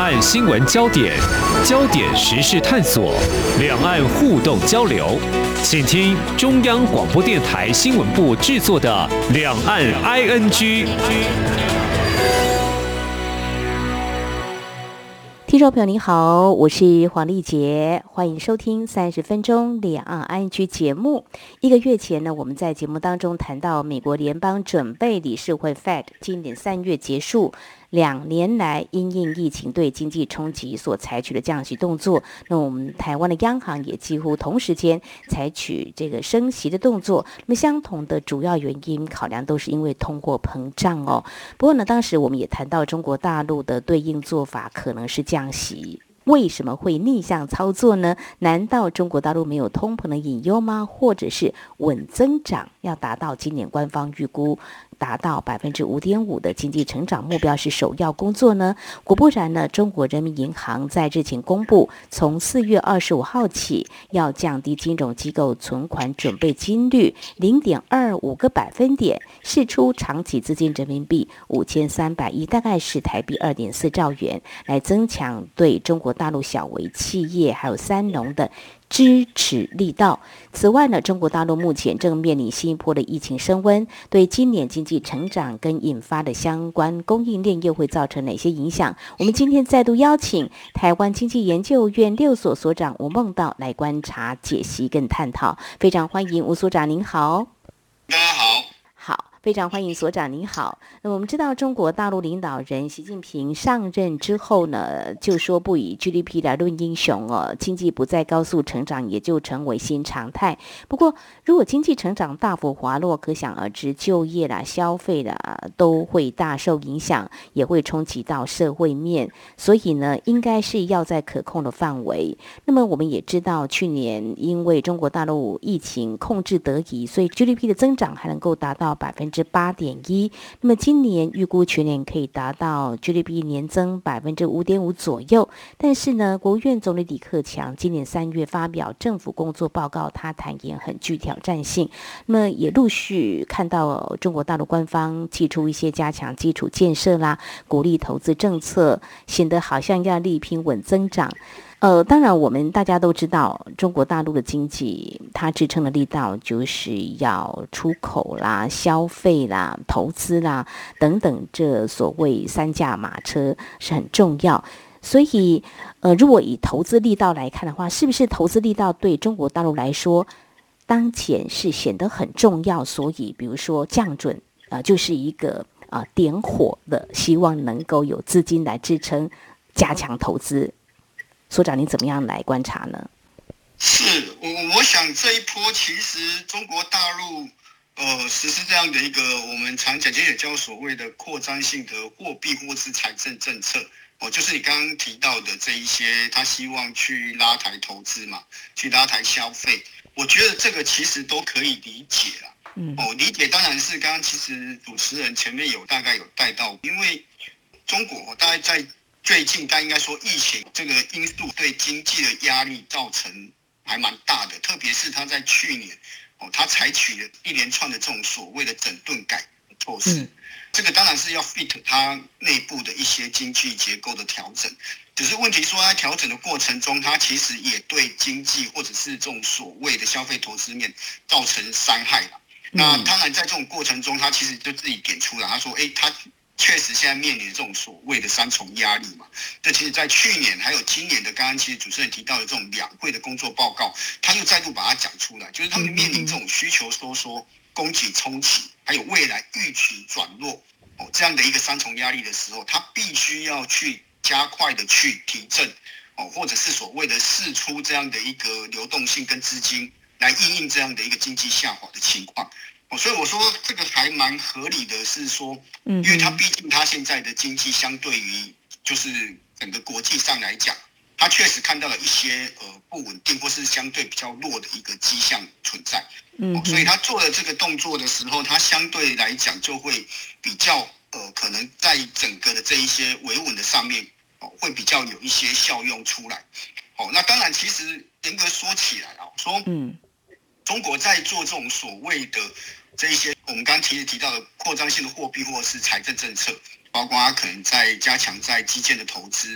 岸新闻焦点，焦点时事探索，两岸互动交流，请听中央广播电台新闻部制作的《两岸 ING》。 听众朋友您好，我是黄丽杰，欢迎收听30分钟两岸 ING 节目。1个月前呢，我们在节目当中谈到美国联邦准备理事会 Fed 今年3月结束2年来因应疫情对经济冲击所采取的降息动作，那我们台湾的央行也几乎同时间采取这个升息的动作。那么相同的主要原因考量都是因为通货膨胀哦。不过呢，当时我们也谈到中国大陆的对应做法可能是降息。为什么会逆向操作呢？难道中国大陆没有通膨的隐忧吗？或者是稳增长要达到今年官方预估达到 5.5% 的经济成长目标是首要工作呢？果不然呢，中国人民银行在日前公布，从4月25号起要降低金融机构存款准备金率 0.25个百分点，释出长期资金人民币5300亿，大概是台币2.4兆元，来增强对中国大陆小微企业还有三农的支持力道。此外呢，中国大陆目前正面临新一波的疫情升温，对今年经济成长跟引发的相关供应链又会造成哪些影响？我们今天再度邀请台湾经济研究院6所所长吴孟道来观察、解析跟探讨。非常欢迎吴所长，您好。 大家好。 好。非常欢迎所长，您好。那我们知道中国大陆领导人习近平上任之后呢，就说不以 GDP 来论英雄哦，经济不再高速成长也就成为新常态。不过如果经济成长大幅滑落，可想而知就业啦、消费啦都会大受影响，也会冲击到社会面，所以呢应该是要在可控的范围。那么我们也知道去年因为中国大陆疫情控制得宜，所以 GDP 的增长还能够达到8.1%，那么今年预估全年可以达到 GDP 年增 5.5% 左右。但是呢，国务院总理李克强今年3月发表政府工作报告，他坦言很具挑战性。那么也陆续看到中国大陆官方提出一些加强基础建设啦、鼓励投资政策，显得好像要力拼稳增长。当然我们大家都知道中国大陆的经济它支撑的力道就是要出口啦、消费啦、投资啦等等，这所谓三驾马车是很重要。所以如果以投资力道来看的话，是不是投资力道对中国大陆来说当前是显得很重要？所以比如说降准就是一个点火的，希望能够有资金来支撑加强投资。所长，您怎么样来观察呢？ 是，我想这一波其实中国大陆实施这样的一个我们常讲也叫所谓的扩张性的货币或是财政政策就是你刚刚提到的这一些，他希望去拉抬投资嘛，去拉抬消费，我觉得这个其实都可以理解啦。理解当然是刚刚其实主持人前面大概有带到，因为中国大概在最近应该说疫情这个因素对经济的压力造成还蛮大的，特别是他在去年他采取了一连串的这种所谓的整顿改革措施，这个当然是要 fit 他内部的一些经济结构的调整，只是问题说在调整的过程中，他其实也对经济或者是这种所谓的消费投资面造成伤害了。那当然在这种过程中，他其实就自己点出来，他说他确实现在面临这种所谓的3重压力嘛，这其实在去年还有今年的刚刚其实主持人提到的这种两会的工作报告，他又再度把它讲出来，就是他们面临这种需求收缩、供给冲起，还有未来预期转弱这样的一个3重压力的时候，他必须要去加快的去提振或者是所谓的释出这样的一个流动性跟资金来因应这样的一个经济下滑的情况。所以我说这个还蛮合理的，是说，因为它毕竟它现在的经济相对于就是整个国际上来讲，它确实看到了一些不稳定或是相对比较弱的一个迹象存在。所以他做了这个动作的时候，他相对来讲就会比较可能在整个的这一些维稳的上面会比较有一些效用出来。那当然其实严格说起来说中国在做这种所谓的这一些我们刚刚提到的扩张性的货币或者是财政政策，包括它可能在加强在基建的投资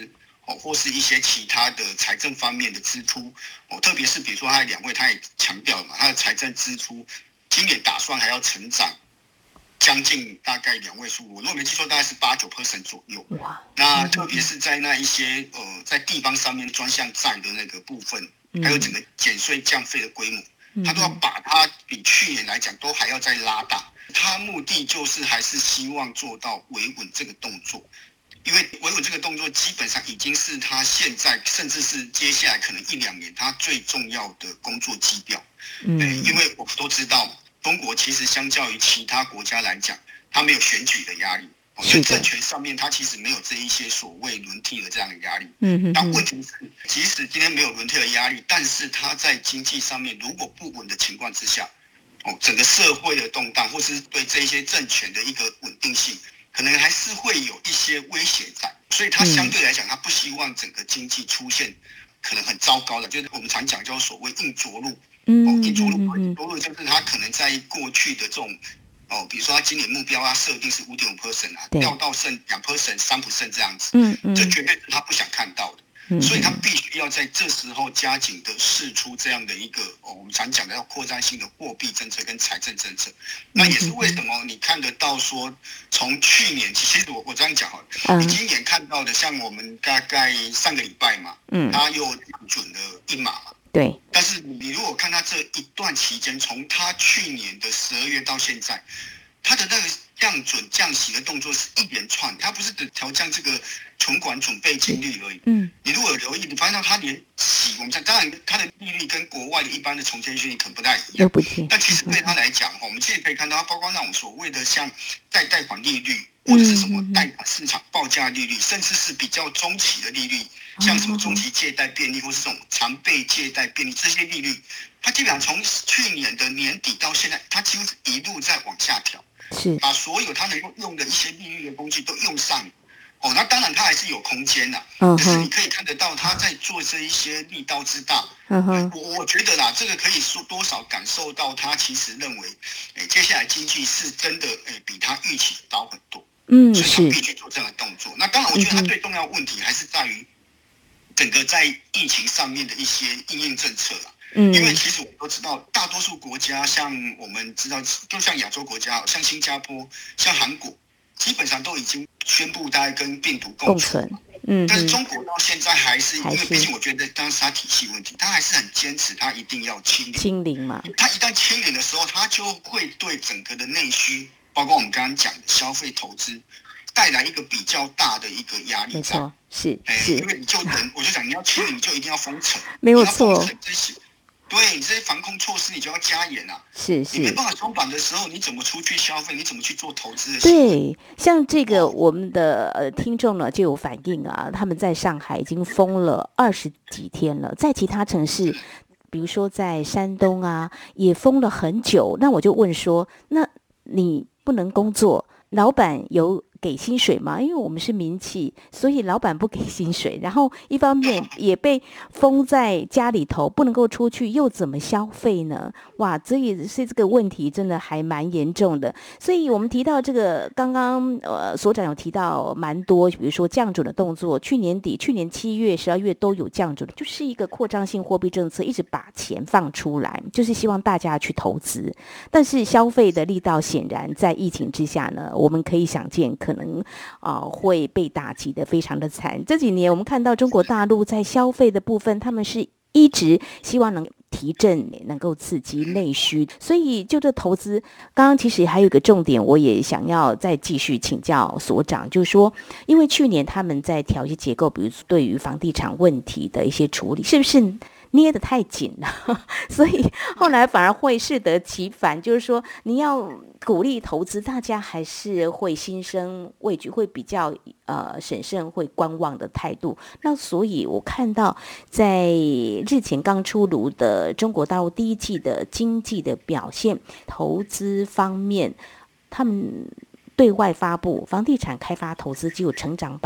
或是一些其他的财政方面的支出特别是比如说他2位他也强调了嘛，他的财政支出今年打算还要成长将近大概2位数，我如果没记错大概是8-9% 左右。那特别是在那一些在地方上面专项债的那个部分，还有整个减税降费的规模，他都要把它比去年来讲都还要再拉大。他目的就是还是希望做到维稳这个动作，因为维稳这个动作基本上已经是他现在甚至是接下来可能1-2年他最重要的工作基调。因为我们都知道中国其实相较于其他国家来讲，它没有选举的压力，所以政权上面它其实没有这一些所谓轮替的这样的压力。但问题是即使今天没有轮替的压力，但是它在经济上面如果不稳的情况之下，整个社会的动荡或是对这一些政权的一个稳定性可能还是会有一些威胁在，所以它相对来讲它不希望整个经济出现可能很糟糕的，就是我们常讲叫所谓硬着陆。硬着陆就是它可能在过去的这种比如说他今年目标设定是5.5%掉到剩2%、3% 这样子，这绝对是他不想看到的。所以他必须要在这时候加紧的释出这样的一个我们常讲的要扩张性的货币政策跟财政政策。那也是为什么你看得到说从去年其实我这样讲好了，你今年看到的像我们大概上个礼拜嘛，他又降准了1码嘛。对，但是你如果看他这一段期间，从他去年的12月到现在，他的那个降准降息的动作是一连串，他不是只调降这个存款准备金率而已。你如果有留意，你发现到他连息，我们讲当然他的利率跟国外的一般的从前利率可能不太一样，但其实对他来讲，我们其实可以看到，包括那种所谓的像贷款利率，或者是什么贷款市场报价利率，甚至是比较中期的利率。像什么中期借贷便利或是这种常备借贷便利这些利率，它基本上从去年的年底到现在，它几乎是一路在往下调，把所有它能够用的一些利率的工具都用上。那当然它还是有空间的，可是你可以看得到它在做这一些力道之大。我觉得啦，这个可以说多少感受到他其实认为，接下来经济是真的比他预期高很多。所以他必须做这样的动作。那当然，我觉得他最重要的问题还是在于整个在疫情上面的一些因应政策啦。因为其实我们都知道，大多数国家像我们知道，就像亚洲国家，像新加坡、像韩国，基本上都已经宣布大概跟病毒共存。但是中国到现在还是，因为毕竟我觉得当然是他体系问题，他还是很坚持，他一定要清零嘛。他一旦清零的时候，他就会对整个的内需，包括我们刚刚讲的消费投资，带来一个比较大的一个压力在。没错，是，因为你就我就讲你要清零，你就一定要封城，没有错。对，你这些防控措施你就要加严啊！你没办法松绑的时候，你怎么出去消费？你怎么去做投资的行为？对，像这个我们的听众呢就有反映啊，他们在上海已经封了20几天了，在其他城市，比如说在山东啊，也封了很久。那我就问说，那你不能工作，老板有给薪水吗？因为我们是民企，所以老板不给薪水，然后一方面也被封在家里头，不能够出去，又怎么消费呢？哇，这也是这个问题真的还蛮严重的。所以我们提到这个，刚刚所长有提到蛮多，比如说降准的动作，去年7月、12月都有降准，就是一个扩张性货币政策，一直把钱放出来，就是希望大家去投资。但是消费的力道显然在疫情之下呢，我们可以想见可能会被打击的非常的惨。这几年我们看到中国大陆在消费的部分，他们是一直希望能提振，能够刺激内需，所以就这投资，刚刚其实还有一个重点，我也想要再继续请教所长，就是说，因为去年他们在调一些结构，比如对于房地产问题的一些处理，是不是捏得太紧了？所以后来反而会适得其反，就是说你要鼓励投资，大家还是会心生畏惧，会比较审慎，会观望的态度。那所以我看到在日前刚出炉的中国大陆第一季的经济的表现，投资方面，他们对外发布房地产开发投资只有成长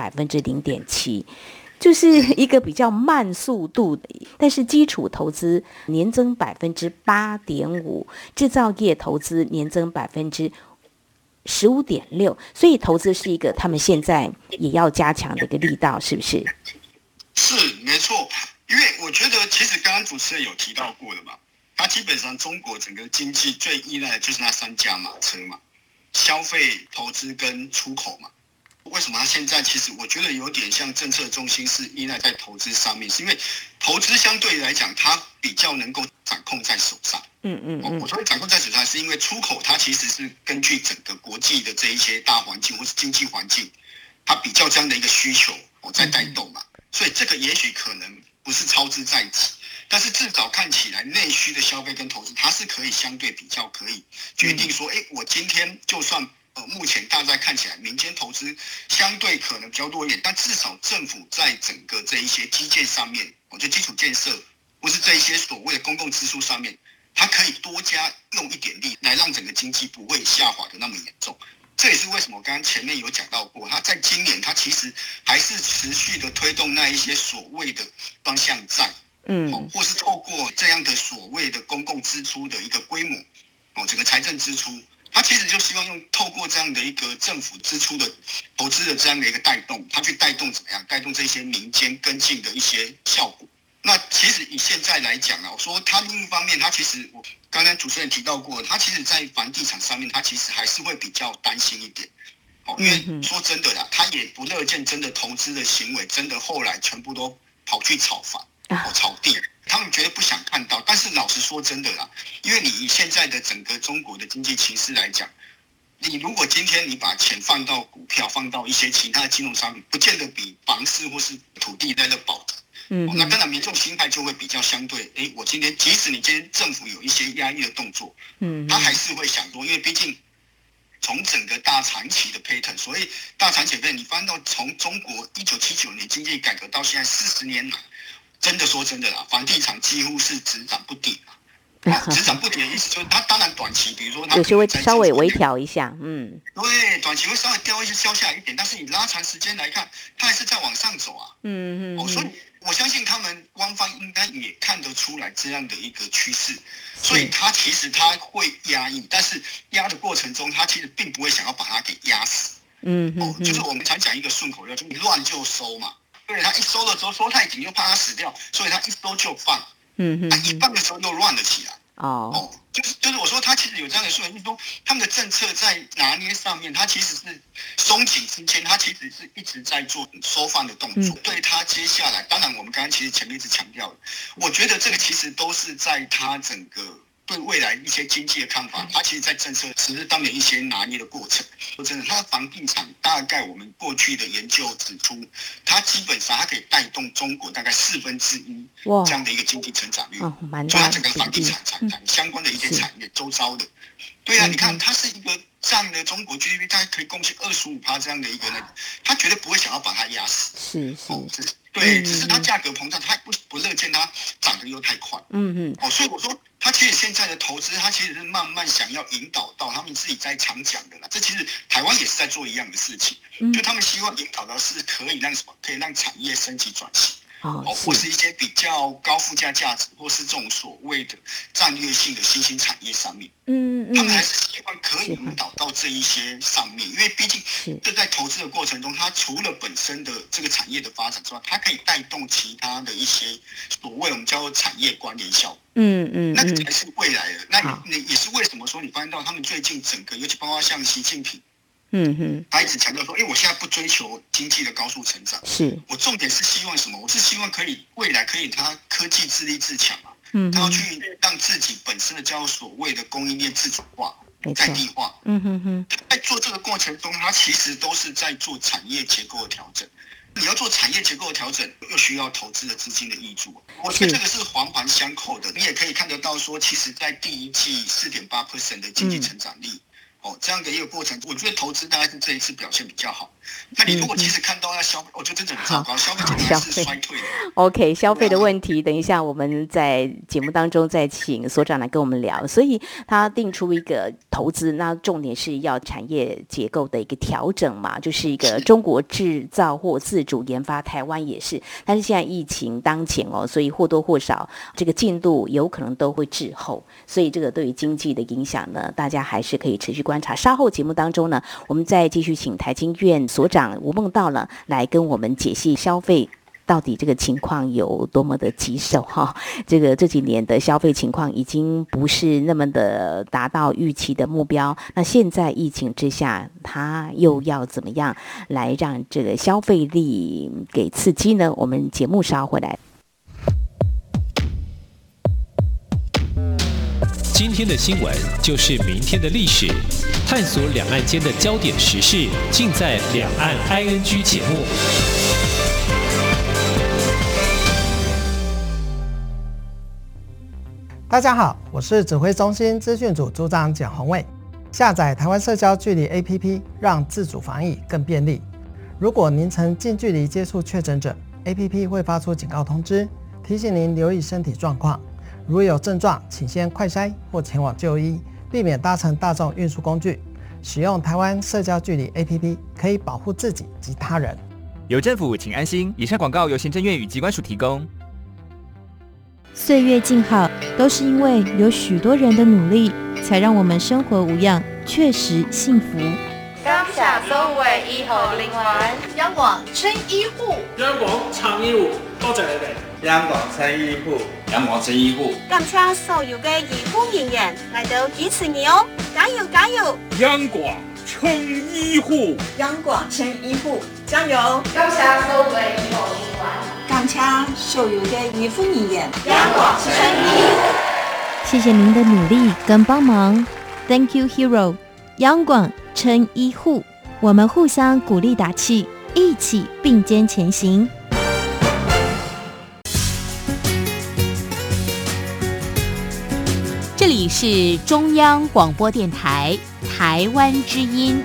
0.7%。就是一个比较慢速度的，但是基础投资年增8.5%，制造业投资年增15.6%，所以投资是一个他们现在也要加强的一个力道，是不是？ 是没错，因为我觉得其实刚刚主持人有提到过了嘛，它基本上中国整个经济最依赖的就是那三驾马车嘛，消费、投资跟出口嘛。为什么它现在其实我觉得有点像政策中心是依赖在投资上面，是因为投资相对来讲它比较能够掌控在手上。我说掌控在手上，是因为出口它其实是根据整个国际的这一些大环境或是经济环境，它比较这样的一个需求在带动嘛，所以这个也许可能不是操之在己，但是至少看起来内需的消费跟投资，它是可以相对比较可以决定说，我今天就算目前大概看起来民间投资相对可能比较多一点，但至少政府在整个这一些基建上面，就基础建设或是这一些所谓的公共支出上面，它可以多加用一点力来让整个经济不会下滑的那么严重。这也是为什么我刚刚前面有讲到过，它在今年它其实还是持续的推动那一些所谓的方向债，或是透过这样的所谓的公共支出的一个规模，整个财政支出，它其实就希望用透过这样的一个政府支出的投资的这样的一个带动，它去带动怎么样？带动这些民间跟进的一些效果。那其实以现在来讲啊，我说它另一方面，它其实我刚刚主持人提到过，它其实在房地产上面，它其实还是会比较担心一点。因为说真的啦，他也不乐见真的投资的行为，真的后来全部都跑去炒房、炒地，他们绝对不想看到。但是老实说真的啦，因为你以现在的整个中国的经济形势来讲，你如果今天你把钱放到股票，放到一些其他的金融商品，不见得比房市或是土地来的保值。那当然民众心态就会比较相对，我今天即使你今天政府有一些压抑的动作，他还是会想多，因为毕竟从整个大长期的 pattern， 所以大长期的 pattern， 你翻到从中国1979年经济改革到现在40年来，真的说真的啦，房地产几乎是只涨不跌啊。只涨不跌的意思就是，它当然短期，比如说它有时会稍微微调一下， 对，短期会稍微掉下来一点，但是你拉长时间来看，它还是在往上走啊。所以我相信他们官方应该也看得出来这样的一个趋势，所以他其实他会压抑，但是压的过程中，他其实并不会想要把它给压死。就是我们常讲一个顺口溜，就你乱就收嘛。对，他一收了之后收太紧，又怕它死掉，所以他一收就放。一放的时候又乱了起来。就是我说他其实有这样的说法，就是说他们的政策在拿捏上面，他其实是松紧之间，他其实是一直在做收放的动作。对他接下来，当然我们刚刚其实前面一直强调了，我觉得这个其实都是在他整个对未来一些经济的看法，他其实在政策实施当年一些拿捏的过程。说真的，他的房地产大概我们过去的研究指出，它基本上它可以带动中国大概1/4这样的一个经济成长率，就它整个房地产相关的一些产业周遭的。对啊，你看它是一个占了中国 GDP， 它可以贡献25%这样的一个它绝对不会想要把它压死。对，只是它价格膨胀，它不乐见它涨得又太快。所以我说，它其实现在的投资，它其实是慢慢想要引导到他们自己在常讲的啦。这其实台湾也是在做一样的事情，就他们希望引导到是可以让什么，可以让产业升级转型。或是一些比较高附加价值，或是这种所谓的战略性的新兴产业上面，他们还是希望可以引导到这一些上面，因为毕竟这在投资的过程中，它除了本身的这个产业的发展之外，它可以带动其他的一些所谓我们叫做产业关联效果。那个才是未来的。那也是为什么说你发现到他们最近整个，尤其包括像习近平。他一直强调说，我现在不追求经济的高速成长，我重点是希望什么？我是希望可以未来可以他科技自立自强嘛，他要去让自己本身的叫所谓的供应链自主化、在地化。在做这个过程中，他其实都是在做产业结构的调整。你要做产业结构的调整，又需要投资的资金的挹注。我觉得这个是环环相扣的。你也可以看得到说，其实在第一季4.8% 的经济成长力。这样的一个过程，我觉得投资大概是这一次表现比较好。那你如果其实看到那消费，我觉得真的很糟糕，消费真的是衰退的。 OK， 消费的问题，等一下我们在节目当中再请所长来跟我们聊。所以他定出一个投资，那重点是要产业结构的一个调整嘛，就是一个中国制造或自主研发，台湾也是。但是现在疫情当前所以或多或少这个进度有可能都会滞后，所以这个对于经济的影响呢，大家还是可以持续观察。稍后节目当中呢，我们再继续请台经院所长吴孟道呢来跟我们解析消费到底这个情况有多么的棘手哈？这几年的消费情况已经不是那么的达到预期的目标，那现在疫情之下，它又要怎么样来让这个消费力给刺激呢？我们节目稍回来。 今天的新闻就是明天的历史，探索两岸间的焦点时事，尽在《两岸 ING》节目。 大家好，我是指挥中心资讯组组长简宏伟。下载台湾社交距离 APP， 让自主防疫更便利。如果您曾近距离接触确诊者， APP 会发出警告通知，提醒您留意身体状况。如有症状，请先快筛或前往就医，避免搭乘大众运输工具。使用台湾社交距离 APP 可以保护自己及他人。 有政府，请安心。以上广告由行政院与疾管署提供。 岁月静好，都是因为有许多人的努力，才让我们生活无恙，确实幸福。 感謝所有醫護人員，央廣青醫護， 央廣撐醫護，多謝你哋。 央廣青醫護，央廣青醫護， 感謝所有嘅醫護人員嚟到支持你哦，加油加油！ 央廣青醫護， 央廣青醫護，加油！感謝所有嘅醫護人員，感謝所有嘅醫護人員，央廣青醫護。 謝謝您的努力跟幫忙 ，Thank you, Hero。央廣撐醫護，我們互相鼓勵打氣，一起並肩前行。 这里是中央广播电台台湾之音。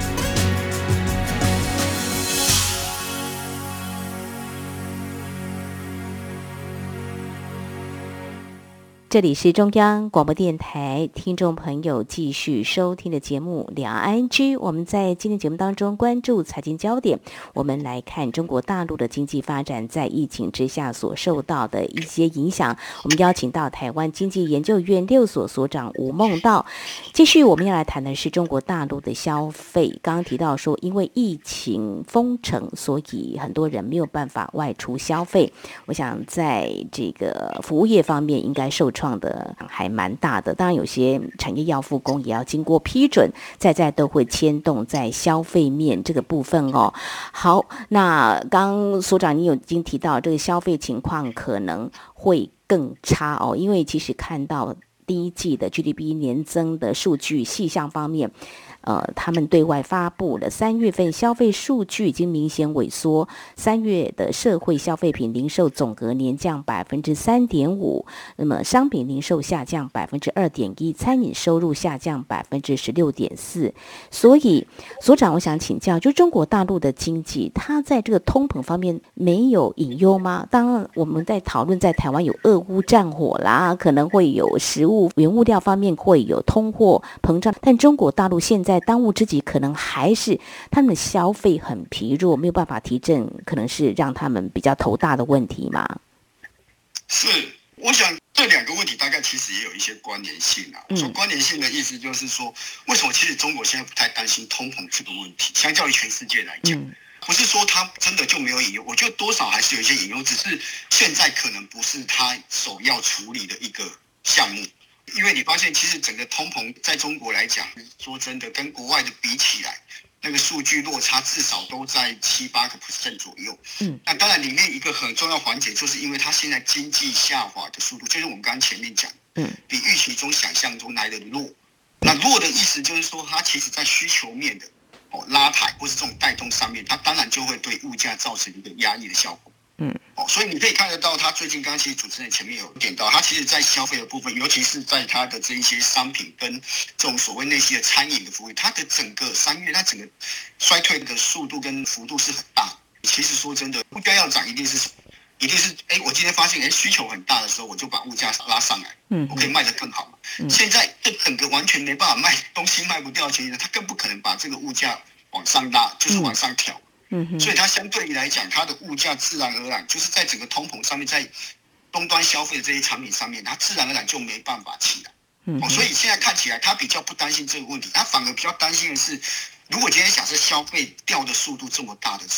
这里是中央广播电台，听众朋友继续收听的节目《两岸 ING》。我们在今天节目当中关注财经焦点，我们来看中国大陆的经济发展在疫情之下所受到的一些影响。我们邀请到台湾经济研究院6所所长吴孟道。继续我们要来谈的是中国大陆的消费。刚刚提到说，因为疫情封城，所以很多人没有办法外出消费。我想在这个服务业方面应该受创的还蛮大的，当然有些产业要复工也要经过批准，在都会牵动在消费面这个部分哦。好，那刚所长你已经提到这个消费情况可能会更差哦，因为其实看到第一季的 GDP 年增的数据细项方面，他们对外发布了3月份消费数据已经明显萎缩，3月的社会消费品零售总额年降 3.5%， 那么商品零售下降 2.1%， 餐饮收入下降 16.4%。 所以所长我想请教，就中国大陆的经济它在这个通膨方面没有隐忧吗？当然我们在讨论在台湾有俄乌战火啦，可能会有食物原物料方面会有通货膨胀，但中国大陆现在当务之急可能还是他们的消费很疲弱，没有办法提振，可能是让他们比较头大的问题吗？ 是，我想这两个问题大概其实也有一些关联性啊。说关联性的意思就是说，为什么其实中国现在不太担心通膨这个问题，相较于全世界来讲，不是说它真的就没有隐忧，我觉得多少还是有一些隐忧，只是现在可能不是它首要处理的一个项目。因为你发现其实整个通膨在中国来讲，说真的跟国外的比起来，那个数据落差至少都在7-8% 左右。那当然里面一个很重要环节，就是因为它现在经济下滑的速度，就是我们刚刚前面讲，比预期中想象中来的弱。那弱的意思就是说，它其实在需求面的拉抬或是这种带动上面，它当然就会对物价造成一个压抑的效果。所以你可以看得到，他最近刚刚其实主持人前面有点到，他其实在消费的部分，尤其是在他的这一些商品跟这种所谓内需的餐饮的服务，它的整个3月它整个衰退的速度跟幅度是很大。其实说真的，物价要涨一定是我今天发现需求很大的时候，我就把物价拉上来，我可以卖得更好嘛。现在这整个完全没办法卖东西，卖不掉的情况下，他更不可能把这个物价往上拉，就是往上调。所以它相对于来讲，它的物价自然而然就是在整个通膨上面，在终端消费的这些产品上面，它自然而然就没办法起来。所以现在看起来，他比较不担心这个问题，他反而比较担心的是，如果今天假设消费掉的速度这么大的时候，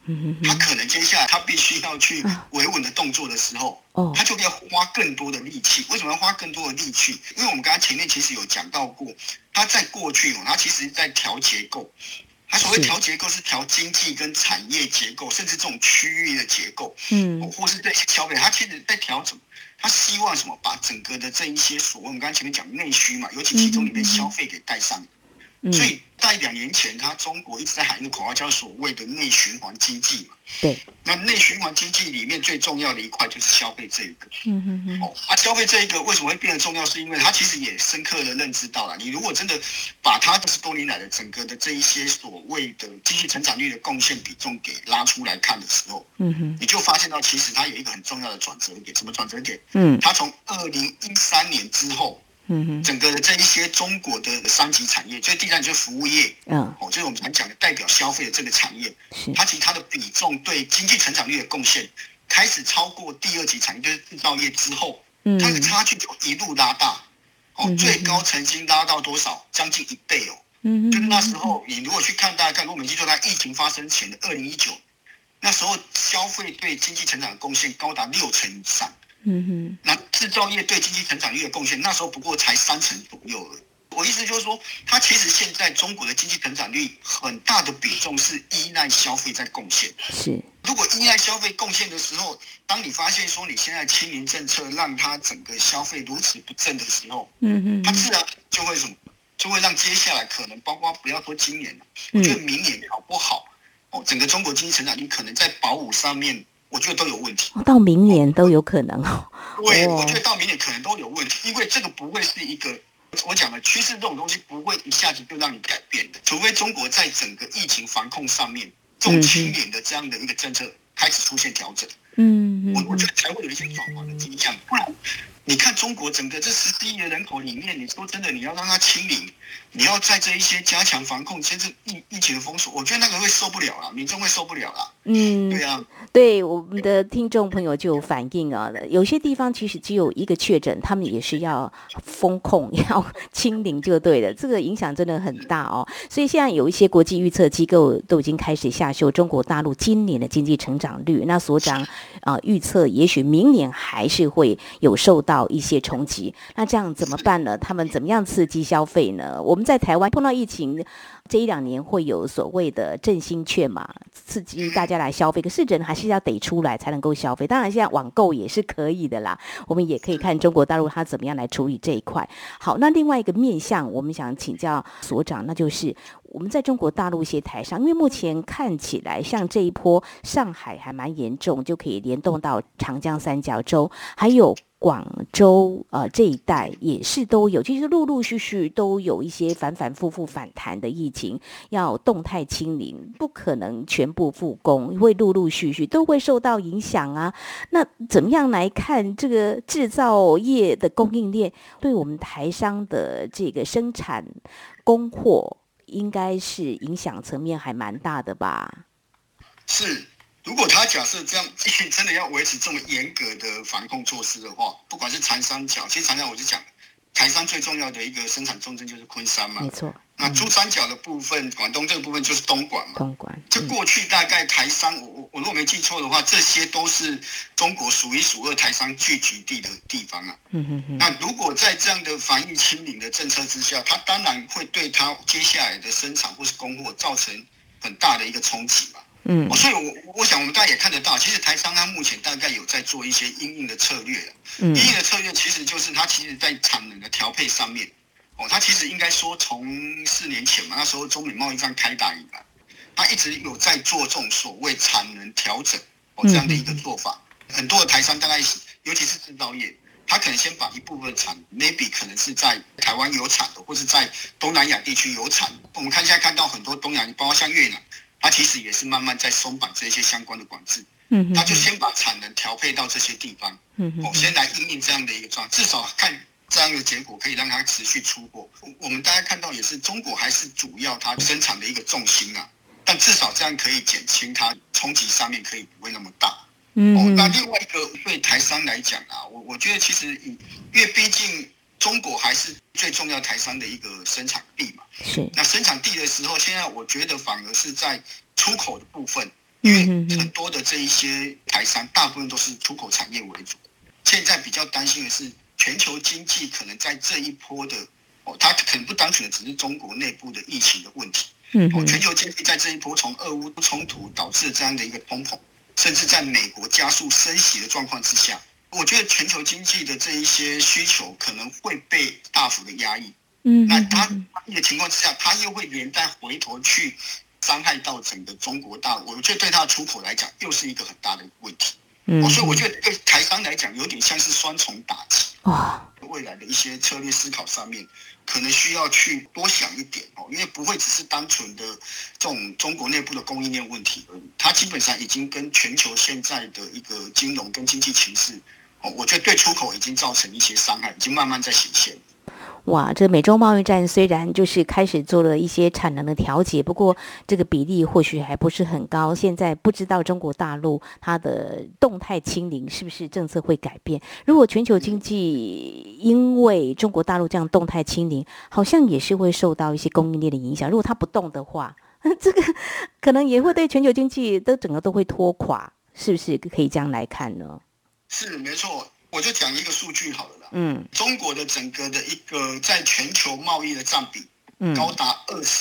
他可能接下来他必须要去维稳的动作的时候，他就要花更多的力气。为什么要花更多的力气？因为我们刚才前面其实有讲到过，他在过去他其实在调结构。他所谓调结构是调经济跟产业结构，甚至这种区域的结构，或是这些消费，他其实在调整。他希望什么？把整个的这一些所谓我们刚才前面讲内需嘛，尤其其中里面消费给带上。所以在2年前，中国一直在喊一个口号，叫所谓的内循环经济嘛。 对。 那内循环经济里面最重要的一块就是消费这一个。消费这一个为什么会变得重要？是因为他其实也深刻的认知到了，你如果真的把他20多年来的整个的这一些所谓的经济成长率的贡献比重给拉出来看的时候，你就发现到其实它有一个很重要的转折点。什么转折点？它从2013年之后。整个的这一些中国的3级产业，所以第3就是服务业，就是我们常讲的代表消费的这个产业，它其实它的比重对经济成长率的贡献开始超过第2级产业，就是制造业之后，它的差距就一路拉大，最高曾经拉到多少？将近1倍哦。就是那时候，你如果去看，大家看，如果没记错，它疫情发生前的2019，那时候消费对经济成长的贡献高达60%以上。那制造业对经济成长率的贡献，那时候不过才30%左右而已。我意思就是说，它其实现在中国的经济成长率很大的比重是依赖消费在贡献。 是， 如果依赖消费贡献的时候，当你发现说你现在清零政策让它整个消费如此不振的时候，它自然就会什么，就会让接下来可能包括不要说今年了，我觉得明年好不好，整个中国经济成长率可能在保五上面。我觉得都有问题， 到明年都有可能哦。 对，我觉得到明年可能都有问题，因为这个不会是一个我讲的趋势，这种东西不会一下子就让你改变的，除非中国在整个疫情防控上面，这种清零的这样的一个政策开始出现调整。我觉得才会有一些转化的迹象，不然你看中国整个这14亿的人口里面，你说真的，你要让它清零，你要在这一些加强防控，甚至疫情的封锁，我觉得那个会受不了啦，民众会受不了啦。对啊。 对，我们的听众朋友就有反映啊，有些地方其实只有1个确诊，他们也是要封控，要清零就对了，这个影响真的很大哦。所以现在有一些国际预测机构都已经开始下修中国大陆今年的经济成长率。那所长预测，也许明年还是会有受到一些冲击。那这样怎么办呢？他们怎么样刺激消费呢？我们在台湾碰到疫情，这1-2年会有所谓的振兴券嘛，刺激大家来消费，可是人还是要得出来才能够消费。当然现在网购也是可以的啦，我们也可以看中国大陆它怎么样来处理这一块。好，那另外一个面向我们想请教所长，那就是我们在中国大陆一些台商，因为目前看起来像这一波上海还蛮严重，就可以联动到长江三角洲，还有广州这一带也是都有，其实陆陆续续都有一些反反复复反弹的疫情，要动态清零，不可能全部复工，会陆陆续续都会受到影响啊。那怎么样来看这个制造业的供应链对我们台商的这个生产供货，应该是影响层面还蛮大的吧？ 是。如果他假设这样真的要维持这么严格的防控措施的话，不管是长三角，其实长三角我就讲，台商最重要的一个生产重镇就是昆山嘛， 没错。 那珠三角的部分，广东这个部分就是东莞嘛。 东莞。 这过去大概台商，我如果没记错的话，这些都是中国数1数2台商聚集地的地方啊。那如果在这样的防疫清零的政策之下，它当然会对它接下来的生产或是供货造成很大的一个冲击嘛。所以我想我们大家也看得到，其实台商它目前大概有在做一些因应的策略。因应的策略其实就是它其实在产能的调配上面，它其实应该说从4年前嘛，那时候中美贸易战开打以来，它一直有在做这种所谓产能调整这样的一个做法。很多的台商大概尤其是制造业，他可能先把一部分产 maybe 可能是在台湾有产的，或是在东南亚地区有产的。我们现在看到很多东亚，包括像越南，它其实也是慢慢在松绑这些相关的管制。他就先把产能调配到这些地方，先来因应这样的一个状况，至少看这样的结果可以让它持续出货。我们大家看到也是中国还是主要它生产的一个重心啊，但至少这样可以减轻它冲击上面可以不会那么大。那另外一个对台商来讲啊，我觉得其实因为毕竟中国还是最重要台商的一个生产地嘛。 是。 那生产地的时候，现在我觉得反而是在出口的部分， 因为很多的这一些台商大部分都是出口产业为主。现在比较担心的是，全球经济可能在这一波的它可能不单纯的只是中国内部的疫情的问题。全球经济在这一波从俄乌冲突导致的这样的一个通膨，甚至在美国加速升息的状况之下，我觉得全球经济的这一些需求可能会被大幅的压抑。那它的情况之下，它又会连带回头去伤害到整个中国大陆。我觉得对它的出口来讲，又是一个很大的问题。所以我觉得对台商来讲，有点像是双重打击。未来的一些策略思考上面，可能需要去多想一点因为不会只是单纯的这种中国内部的供应链问题而已，它基本上已经跟全球现在的一个金融跟经济情势，我觉得对出口已经造成一些伤害，已经慢慢在显现。 哇，这美洲贸易战虽然就是开始做了一些产能的调节，不过这个比例或许还不是很高。现在不知道中国大陆它的动态清零是不是政策会改变？如果全球经济因为中国大陆这样动态清零，好像也是会受到一些供应链的影响。如果它不动的话，这个可能也会对全球经济的整个都会拖垮，是不是可以这样来看呢？ 是没错。我就讲一个数据好了啦。中国的整个的一个在全球贸易的占比，高达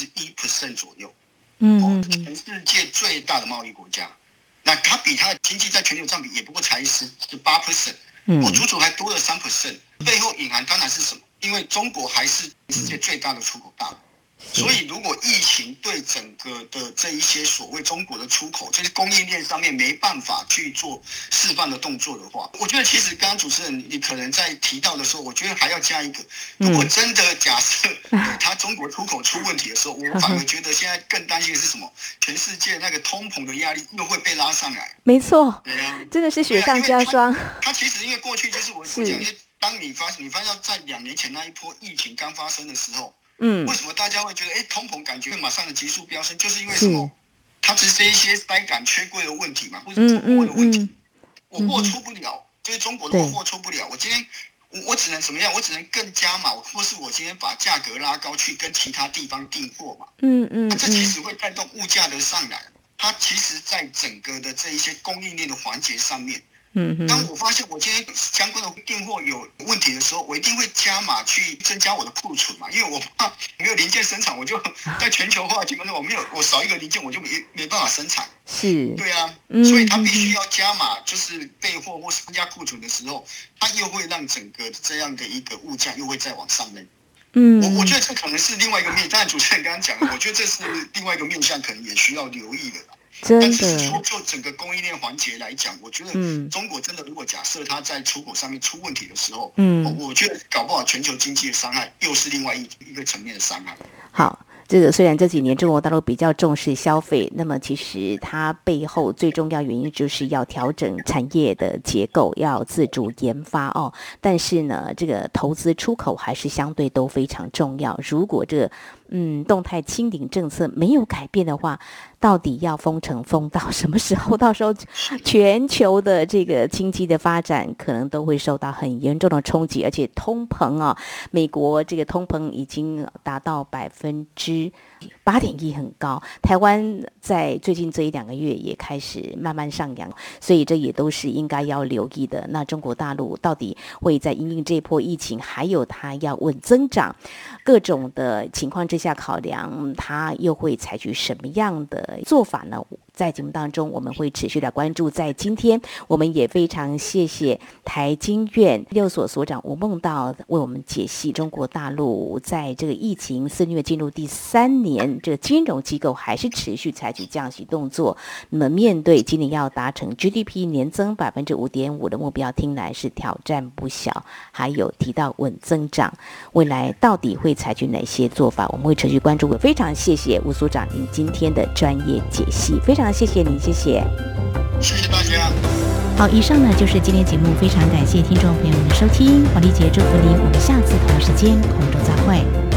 21% 左右。全世界最大的贸易国家，那它比它的经济在全球占比也不过才18%，足足还多了3%。背后隐含当然是什么？因为中国还是全世界最大的出口大国。所以如果疫情对整个的这一些所谓中国的出口，就是供应链上面没办法去做释放的动作的话，我觉得其实刚刚主持人你可能在提到的时候，我觉得还要加一个，如果真的假设它中国出口出问题的时候，我反而觉得现在更担心的是什么？全世界那个通膨的压力又会被拉上来。 没错，真的是雪上加霜。 它其实因为过去就是我讲，因为当你发现在2年前那一波疫情刚发生的时候。为什么大家会觉得通膨感觉会马上的急速飙升？就是因为什么？它只是一些塞港缺柜的问题嘛，或者出货的问题。我货出不了，就是中国的货出不了。我今天我只能怎么样？我只能更加码，或是我今天把价格拉高去跟其他地方订货嘛。那这其实会带动物价的上来。它其实在整个的这一些供应链的环节上面。当我发现我今天相关的订货有问题的时候，我一定会加码去增加我的库存嘛，因为我怕没有零件生产，我就在全球化的情况下，我少一个零件，我就没办法生产。对啊，所以他必须要加码，就是备货或是增加库存的时候，它又会让整个这样的一个物价又会再往上扔。我觉得这可能是另外一个面，当然主持人刚刚讲的，我觉得这是另外一个面向，可能也需要留意的啦。但只是说，就整个供应链环节来讲，我觉得中国真的如果假设它在出口上面出问题的时候，我觉得搞不好全球经济的伤害又是另外一个层面的伤害。 好。这个虽然这几年中国大陆比较重视消费，那么其实它背后最重要原因就是要调整产业的结构，要自主研发但是呢，这个投资出口还是相对都非常重要。如果这个动态清零政策没有改变的话，到底要封城封到什么时候？到时候全球的这个经济的发展可能都会受到很严重的冲击，而且通膨美国这个通膨已经达到8.1%，很高。台湾在最近这1-2个月也开始慢慢上扬，所以这也都是应该要留意的。那中国大陆到底会在因应这波疫情，还有它要稳增长各种的情况之下考量，它又会采取什么样的做法呢？在节目当中我们会持续的关注。在今天我们也非常谢谢台经院研究所所长吴孟道为我们解析中国大陆在这个疫情肆虐进入第3年，这个金融机构还是持续采取降息动作。那么面对今年要达成 GDP 年增 5.5% 的目标，听来是挑战不小。还有提到稳增长，未来到底会采取哪些做法，我们会持续关注。我非常谢谢吴所长您今天的专业解析，非常谢谢您，谢谢大家。 好，以上呢就是今天节目，非常感谢听众朋友们的收听，黄丽姐祝福您，我们下次同一时间空中再会。